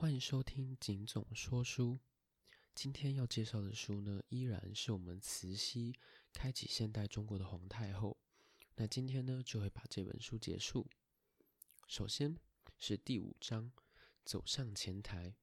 欢迎收听景总说书。今天要介绍的书呢，依然是我们慈禧开启现代中国的皇太后。那今天呢，就会把这本书结束。首先是第5章，走上前台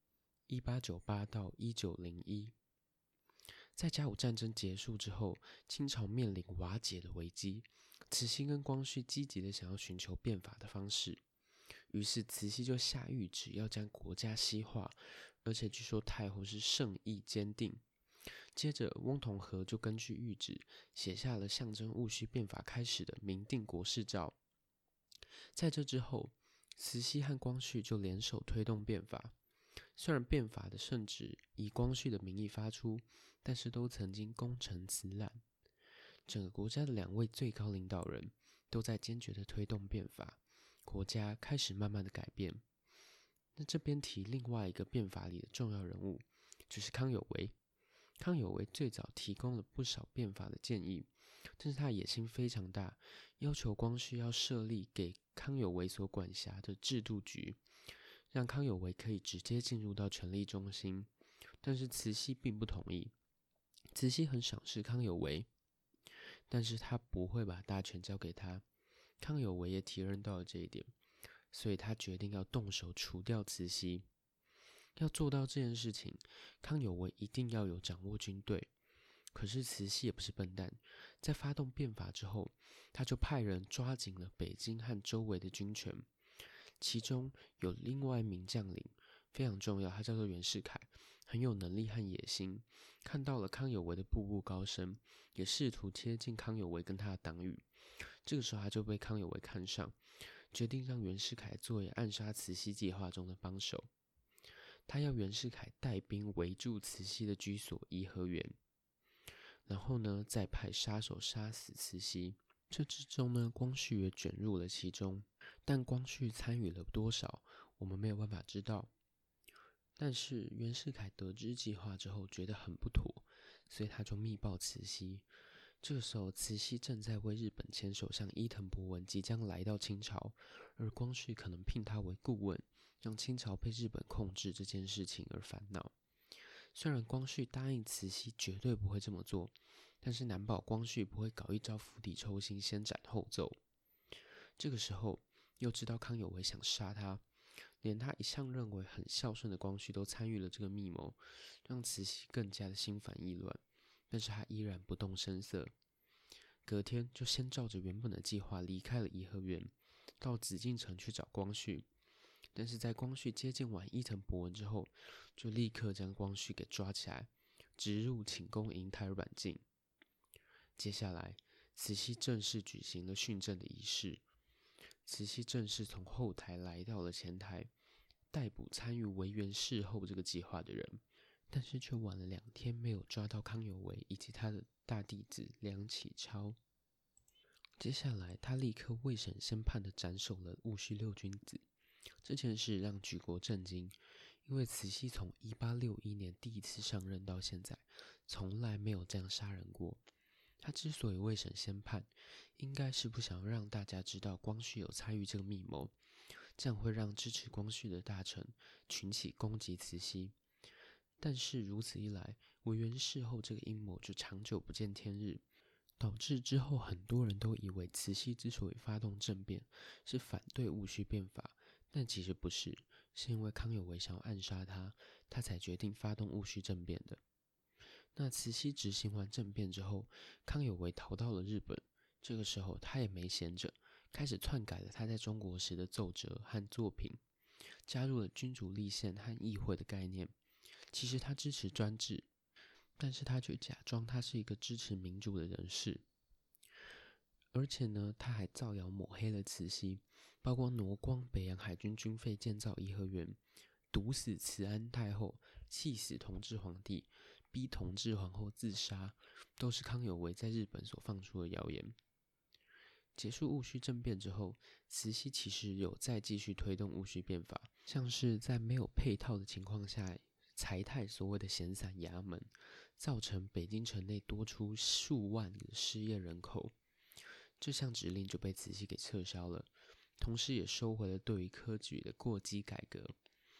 ，1898到1901。在甲午战争结束之后，清朝面临瓦解的危机，慈禧跟光绪积极的想要寻求变法的方式。于是慈禧就下谕旨要将国家西化，而且据说太后是圣意坚定。接着翁同龢就根据谕旨写下了象征戊戌变法开始的明定国事诏。在这之后，慈禧和光绪就联手推动变法。虽然变法的圣旨以光绪的名义发出，但是都曾经功成辞滥。整个国家的2位最高领导人都在坚决的推动变法，国家开始慢慢的改变。那这边提另外一个变法里的重要人物，就是康有为。康有为最早提供了不少变法的建议，但是他野心非常大，要求光绪要设立给康有为所管辖的制度局，让康有为可以直接进入到权力中心。但是慈禧并不同意。慈禧很赏识康有为，但是他不会把大权交给他。康有为也体认到了这一点，所以他决定要动手除掉慈禧。要做到这件事情，康有为一定要有掌握军队。可是慈禧也不是笨蛋，在发动变法之后，他就派人抓紧了北京和周围的军权。其中有另外一名将领非常重要，他叫做袁世凯，很有能力和野心，看到了康有为的步步高升，也试图贴近康有为跟他的党羽。这个时候他就被康有为看上，决定让袁世凯作为暗杀慈禧计划中的帮手。他要袁世凯带兵围住慈禧的居所颐和园，然后呢再派杀手杀死慈禧。这之中呢，光绪也卷入了其中，但光绪参与了多少，我们没有办法知道。但是袁世凯得知计划之后觉得很不妥，所以他就密报慈禧。这个时候慈禧正在为日本前首相伊藤博文即将来到清朝，而光绪可能聘他为顾问，让清朝被日本控制这件事情而烦恼。虽然光绪答应慈禧绝对不会这么做，但是难保光绪不会搞一招釜底抽薪，先斩后奏。这个时候又知道康有为想杀他，连他一向认为很孝顺的光绪都参与了这个密谋，让慈禧更加的心烦意乱。但是他依然不动声色。隔天就先照着原本的计划离开了颐和园，到紫禁城去找光绪。但是在光绪接见完伊藤博文之后，就立刻将光绪给抓起来，直入寝宫瀛台软禁。接下来慈禧正式举行了训政的仪式。慈禧正式从后台来到了前台，逮捕参与维园事后这个计划的人，但是却晚了2天没有抓到康有为以及他的大弟子梁启超。接下来他立刻未审先判的斩首了戊戌6君子。这件事让举国震惊，因为慈禧从1861年第一次上任到现在，从来没有这样杀人过。他之所以未审先判，应该是不想要让大家知道光绪有参与这个密谋，这样会让支持光绪的大臣群起攻击慈禧。但是如此一来，维园事后这个阴谋就长久不见天日，导致之后很多人都以为慈禧之所以发动政变是反对戊戌变法，但其实不是，是因为康有为想要暗杀他，他才决定发动戊戌政变的。那慈禧执行完政变之后，康有为逃到了日本。这个时候他也没闲着，开始篡改了他在中国时的奏折和作品，加入了君主立宪和议会的概念。其实他支持专制，但是他却假装他是一个支持民主的人士。而且呢，他还造谣抹黑了慈禧，包括挪光北洋海军军费建造颐和园，毒死慈安太后，气死同治皇帝，逼同治皇后自杀，都是康有为在日本所放出的谣言。结束戊戌政变之后，慈禧其实有再继续推动戊戌变法，像是在没有配套的情况下裁汰所谓的闲散衙门，造成北京城内多出数万的失业人口。这项指令就被慈禧给撤销了，同时也收回了对于科举的过激改革。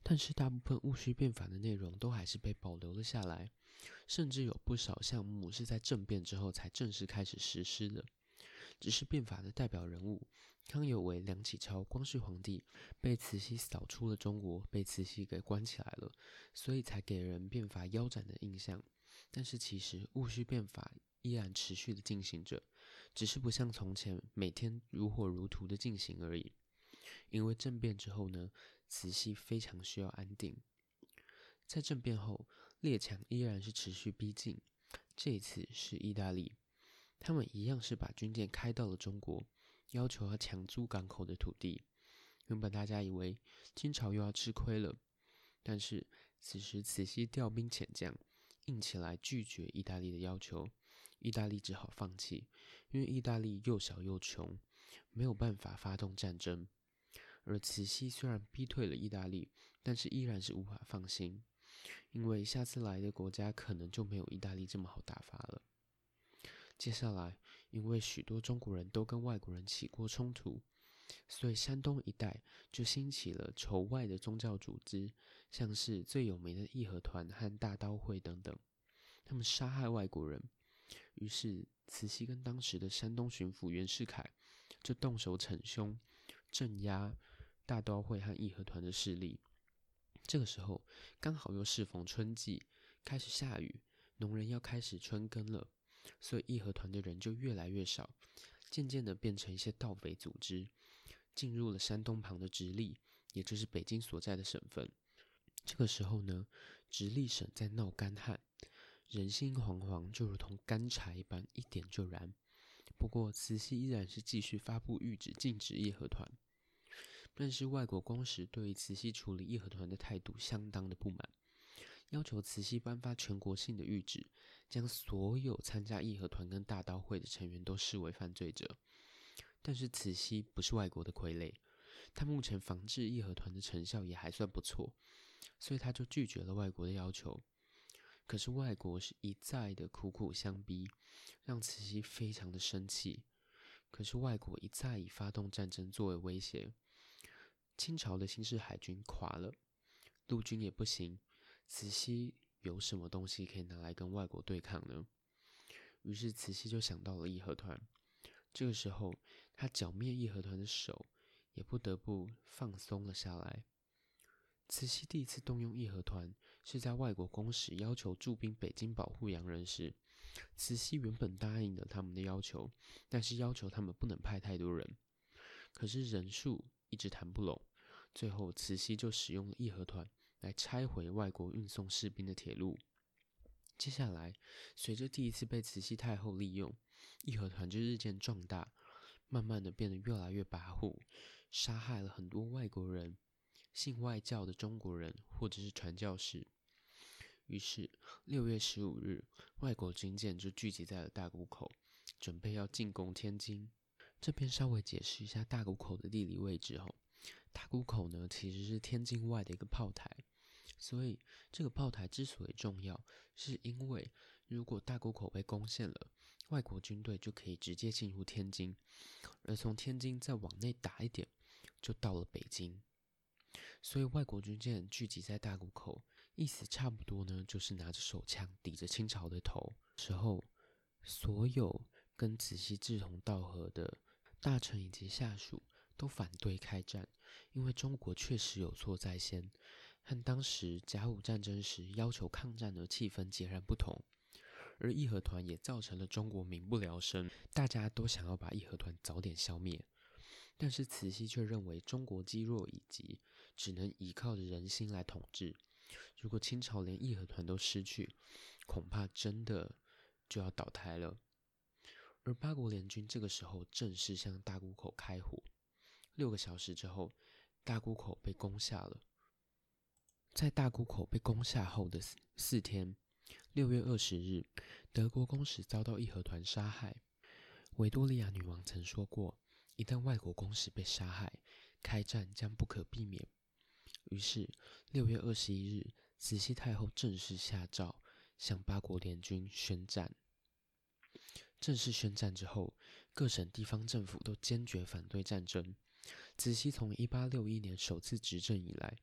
但是大部分戊戌变法的内容都还是被保留了下来，甚至有不少项目是在政变之后才正式开始实施的。只是变法的代表人物康有为、梁启超、光绪皇帝被慈禧扫出了中国，被慈禧给关起来了，所以才给人变法腰斩的印象。但是其实戊戌变法依然持续的进行着，只是不像从前每天如火如荼的进行而已。因为政变之后呢，慈禧非常需要安定。在政变后，列强依然是持续逼近，这一次是意大利，他们一样是把军舰开到了中国，要求要强租港口的土地。原本大家以为清朝又要吃亏了，但是此时慈禧调兵遣将，硬起来拒绝意大利的要求，意大利只好放弃，因为意大利又小又穷，没有办法发动战争。而慈禧虽然逼退了意大利，但是依然是无法放心，因为下次来的国家可能就没有意大利这么好打发了。接下来，因为许多中国人都跟外国人起过冲突，所以山东一带就兴起了仇外的宗教组织，像是最有名的义和团和大刀会等等，他们杀害外国人。于是慈禧跟当时的山东巡抚袁世凯就动手惩凶，镇压大刀会和义和团的势力。这个时候刚好又适逢春季，开始下雨，农人要开始春耕了，所以义和团的人就越来越少，渐渐的变成一些盗匪组织，进入了山东旁的直隶，也就是北京所在的省份。这个时候呢，直隶省在闹干旱，人心惶惶，就如同干柴一般，一点就燃。不过慈禧依然是继续发布谕旨禁止义和团，但是外国公使对于慈禧处理义和团的态度相当的不满，要求慈禧颁发全国性的谕旨，将所有参加义和团跟大刀会的成员都视为犯罪者。但是慈禧不是外国的傀儡，她目前防治义和团的成效也还算不错，所以她就拒绝了外国的要求。可是外国是一再的苦苦相逼，让慈禧非常的生气。可是外国一再以发动战争作为威胁，清朝的新式海军垮了，陆军也不行，慈禧有什么东西可以拿来跟外国对抗呢？于是慈禧就想到了义和团。这个时候，她剿灭义和团的手也不得不放松了下来。慈禧第一次动用义和团是在外国公使要求驻兵北京保护洋人时，慈禧原本答应了他们的要求，但是要求他们不能派太多人。可是人数一直谈不拢，最后慈禧就使用了义和团来拆毁外国运送士兵的铁路。接下来，随着第一次被慈禧太后利用，义和团就日渐壮大，慢慢的变得越来越跋扈，杀害了很多外国人、信外教的中国人或者是传教士。于是6月15日，外国军舰就聚集在了大沽口，准备要进攻天津。这边稍微解释一下大沽口的地理位置哦。大沽口呢，其实是天津外的一个炮台，所以这个炮台之所以重要，是因为如果大沽口被攻陷了，外国军队就可以直接进入天津，而从天津再往内打一点，就到了北京。所以外国军舰聚集在大沽口，意思差不多呢，就是拿着手枪抵着清朝的头。时候，所有跟慈禧志同道合的大臣以及下属都反对开战，因为中国确实有错在先，和当时甲午战争时要求抗战的气氛截然不同。而义和团也造成了中国民不聊生，大家都想要把义和团早点消灭。但是慈禧却认为中国积弱已极，只能依靠着人心来统治。如果清朝连义和团都失去，恐怕真的就要倒台了。而八国联军这个时候正式向大沽口开火，6个小时之后，大沽口被攻下了。在大沽口被攻下后的4天，6月20日，德国公使遭到义和团杀害。维多利亚女王曾说过，一旦外国公使被杀害，开战将不可避免。于是6月21日，慈禧太后正式下诏向八国联军宣战。正式宣战之后，各省地方政府都坚决反对战争。慈禧从1861年首次执政以来，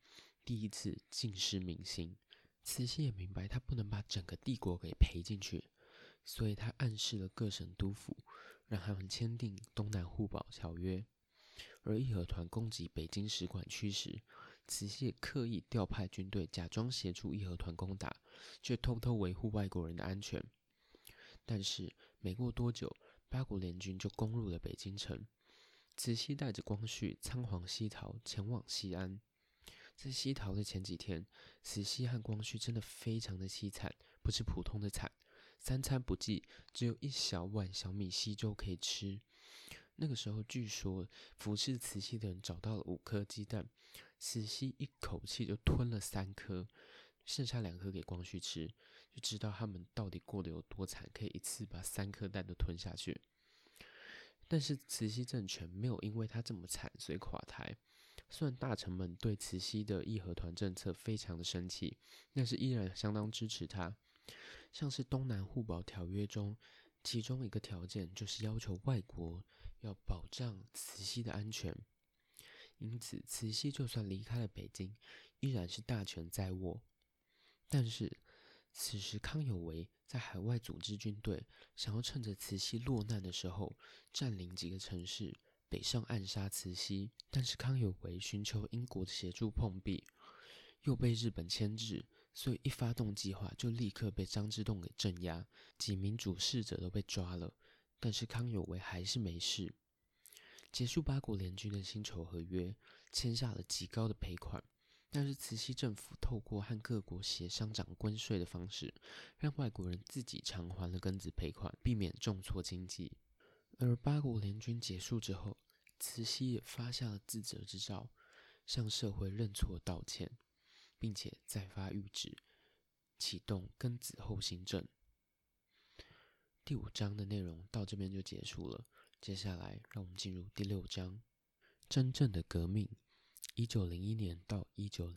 第一次尽失民心。慈禧也明白他不能把整个帝国给赔进去，所以他暗示了各省督府，让他们签订东南互保条约。而义和团攻击北京使馆区时，慈禧也刻意调派军队，假装协助义和团攻打，却偷偷维护外国人的安全。但是没过多久，八国联军就攻入了北京城。慈禧带着光绪仓皇西逃，前往西安。在西逃的前几天，慈禧和光绪真的非常的凄惨，不是普通的惨，3餐不继，只有1小碗小米稀粥可以吃。那个时候，据说服侍慈禧的人找到了5颗鸡蛋，慈禧一口气就吞了3颗，剩下2颗给光绪吃，就知道他们到底过得有多惨，可以一次把3颗蛋都吞下去。但是慈禧政权没有因为他这么惨所以垮台，虽然大臣们对慈禧的义和团政策非常的生气，但是依然相当支持他。像是东南互保条约中，其中一个条件就是要求外国要保障慈禧的安全，因此慈禧就算离开了北京，依然是大权在握。但是此时康有为在海外组织军队，想要趁着慈禧落难的时候占领几个城市，北上暗杀慈禧。但是康有为寻求英国的协助碰壁，又被日本牵制，所以一发动计划就立刻被张之洞给镇压，几名主事者都被抓了。但是康有为还是没事，结束八国联军的薪酬合约，签下了极高的赔款。但是慈禧政府透过和各国协商涨关税的方式，让外国人自己偿还了庚子赔款，避免重挫经济。而八国联军结束之后，慈禧也发下了自责之诏，向社会认错道歉，并且再发谕旨，启动庚子后新政。第5章的内容到这边就结束了，接下来让我们进入第6章，真正的革命。1901年到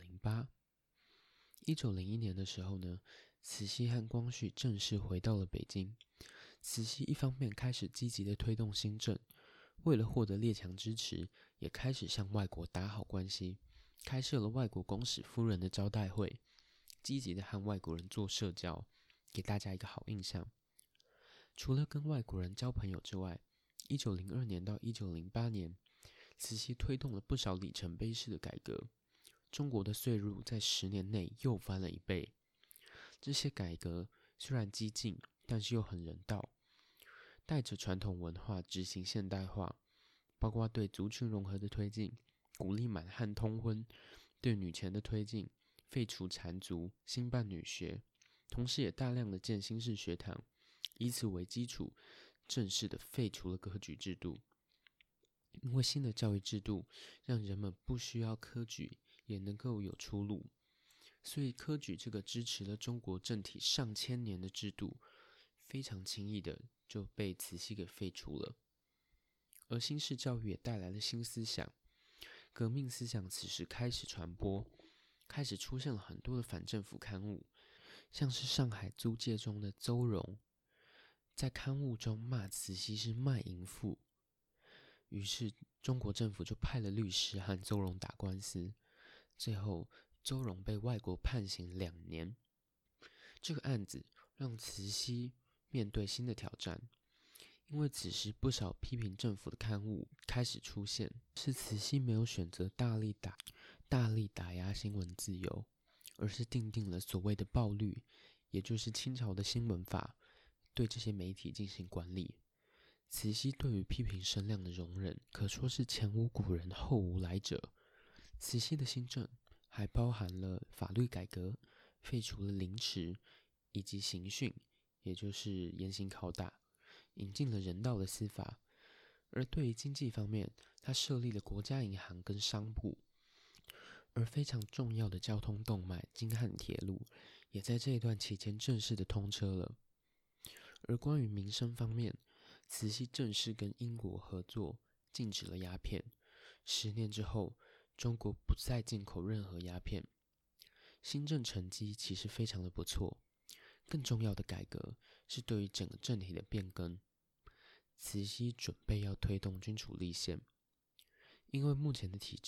1908。1901年的时候呢，慈禧和光绪正式回到了北京。慈禧一方面开始积极的推动新政，为了获得列强支持，也开始向外国打好关系，开设了外国公使夫人的招待会，积极的和外国人做社交，给大家一个好印象。除了跟外国人交朋友之外，1902年到1908年，慈禧推动了不少里程碑式的改革，中国的税入在10年内又翻了1倍。这些改革虽然激进，但是又很人道，带着传统文化执行现代化，包括对族群融合的推进，鼓励满汉通婚，对女权的推进，废除缠足，兴办女学，同时也大量的建新式学堂，以此为基础，正式的废除了科举制度。因为新的教育制度让人们不需要科举也能够有出路，所以科举这个支持了中国政体上千年的制度，非常轻易的就被慈禧给废除了。而新式教育也带来了新思想，革命思想此时开始传播，开始出现了很多的反政府刊物，像是上海租界中的邹容，在刊物中骂慈禧是卖淫妇。于是中国政府就派了律师和邹容打官司，最后邹容被外国判刑2年。这个案子让慈禧面对新的挑战，因为此时不少批评政府的刊物开始出现，是慈禧没有选择大力打压新闻自由，而是订定了所谓的报律，也就是清朝的新闻法，对这些媒体进行管理。慈禧对于批评声量的容忍，可说是前无古人后无来者。慈禧的新政还包含了法律改革，废除了凌迟以及刑讯，也就是严刑拷打，引进了人道的司法。而对于经济方面，他设立了国家银行跟商部，而非常重要的交通动脉京汉铁路也在这一段期间正式的通车了。而关于民生方面，慈禧正式跟英国合作，禁止了鸦片。10年之后，中国不再进口任何鸦片。新政成绩其实非常的不错。更重要的改革是对于整个政体的变更。慈禧准备要推动君主立宪，因为目前的体制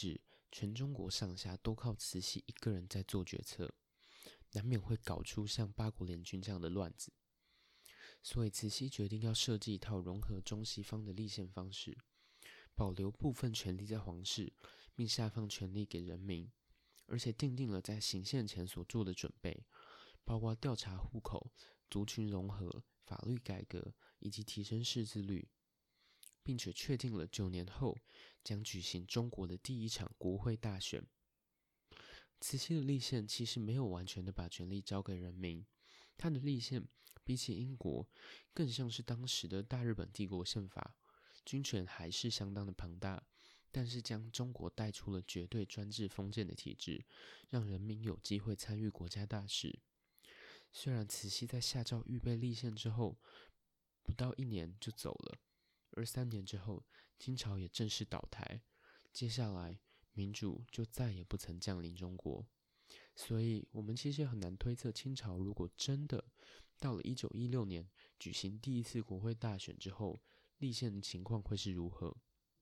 全中国上下都靠慈禧一个人在做决策，难免会搞出像八国联军这样的乱子。所以慈禧决定要设计一套融合中西方的立宪方式，保留部分权力在皇室，并下放权力给人民，而且订定了在行宪前所做的准备，包括调查户口、族群融合、法律改革以及提升识字率，并且确定了9年后将举行中国的第一场国会大选。慈禧的立宪其实没有完全的把权力交给人民，他的立宪比起英国更像是当时的大日本帝国宪法，军权还是相当的庞大，但是将中国带出了绝对专制封建的体制，让人民有机会参与国家大事。虽然慈禧在下诏预备立宪之后不到1年就走了，而3年之后清朝也正式倒台，接下来民主就再也不曾降临中国。所以我们其实很难推测清朝如果真的到了1916年举行第一次国会大选之后，立宪的情况会是如何。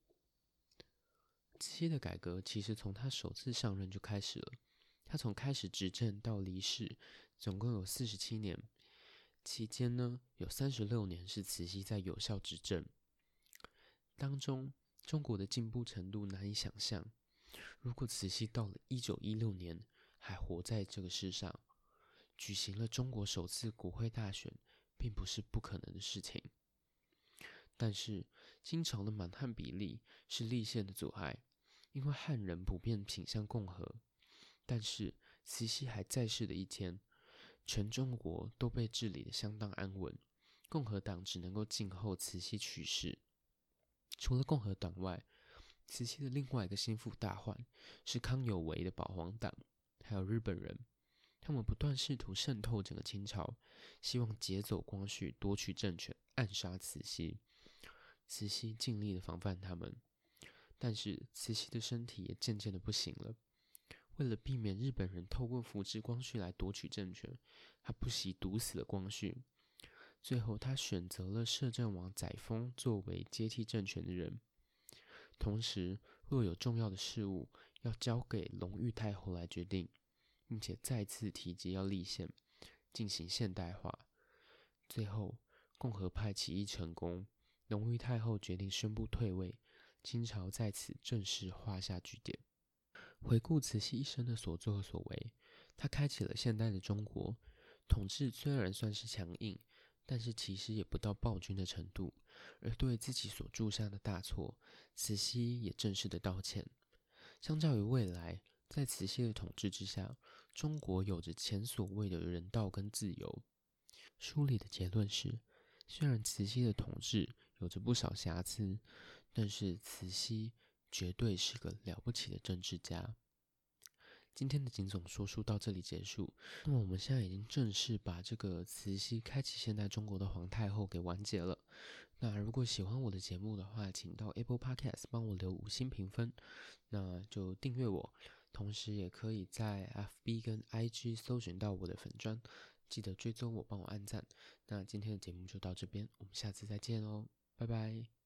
慈禧的改革其实从他首次上任就开始了，他从开始执政到离世总共有47年，期间呢有36年是慈禧在有效执政。当中中国的进步程度难以想象，如果慈禧到了1916年还活在这个世上，举行了中国首次国会大选，并不是不可能的事情。但是清朝的满汉比例是立宪的阻碍，因为汉人普遍倾向共和。但是慈禧还在世的一天，全中国都被治理得相当安稳，共和党只能够静候慈禧去世。除了共和党外，慈禧的另外一个心腹大患是康有为的保皇党，还有日本人，他们不断试图渗透整个清朝，希望劫走光绪，夺取政权，暗杀慈禧。慈禧尽力的防范他们，但是慈禧的身体也渐渐的不行了。为了避免日本人透过扶植光绪来夺取政权，他不惜毒死了光绪。最后他选择了摄政王载沣作为接替政权的人，同时若有重要的事务要交给隆裕太后来决定，并且再次提及要立宪，进行现代化。最后共和派起义成功，隆裕太后决定宣布退位，清朝在此正式画下句点。回顾慈禧一生的所作所为，她开启了现代的中国，统治虽然算是强硬，但是其实也不到暴君的程度，而对自己所铸下的大错，慈禧也正式的道歉。相较于未来，在慈禧的统治之下，中国有着前所未有的人道跟自由。书里的结论是，虽然慈禧的统治有着不少瑕疵，但是慈禧绝对是个了不起的政治家。今天的警总说书到这里结束，那么我们现在已经正式把这个慈禧开启现代中国的皇太后给完结了。那如果喜欢我的节目的话，请到 Apple Podcast 帮我留5星评分，那就订阅我，同时也可以在 FB 跟 IG 搜寻到我的粉专，记得追踪我，帮我按赞。那今天的节目就到这边，我们下次再见哦，拜拜。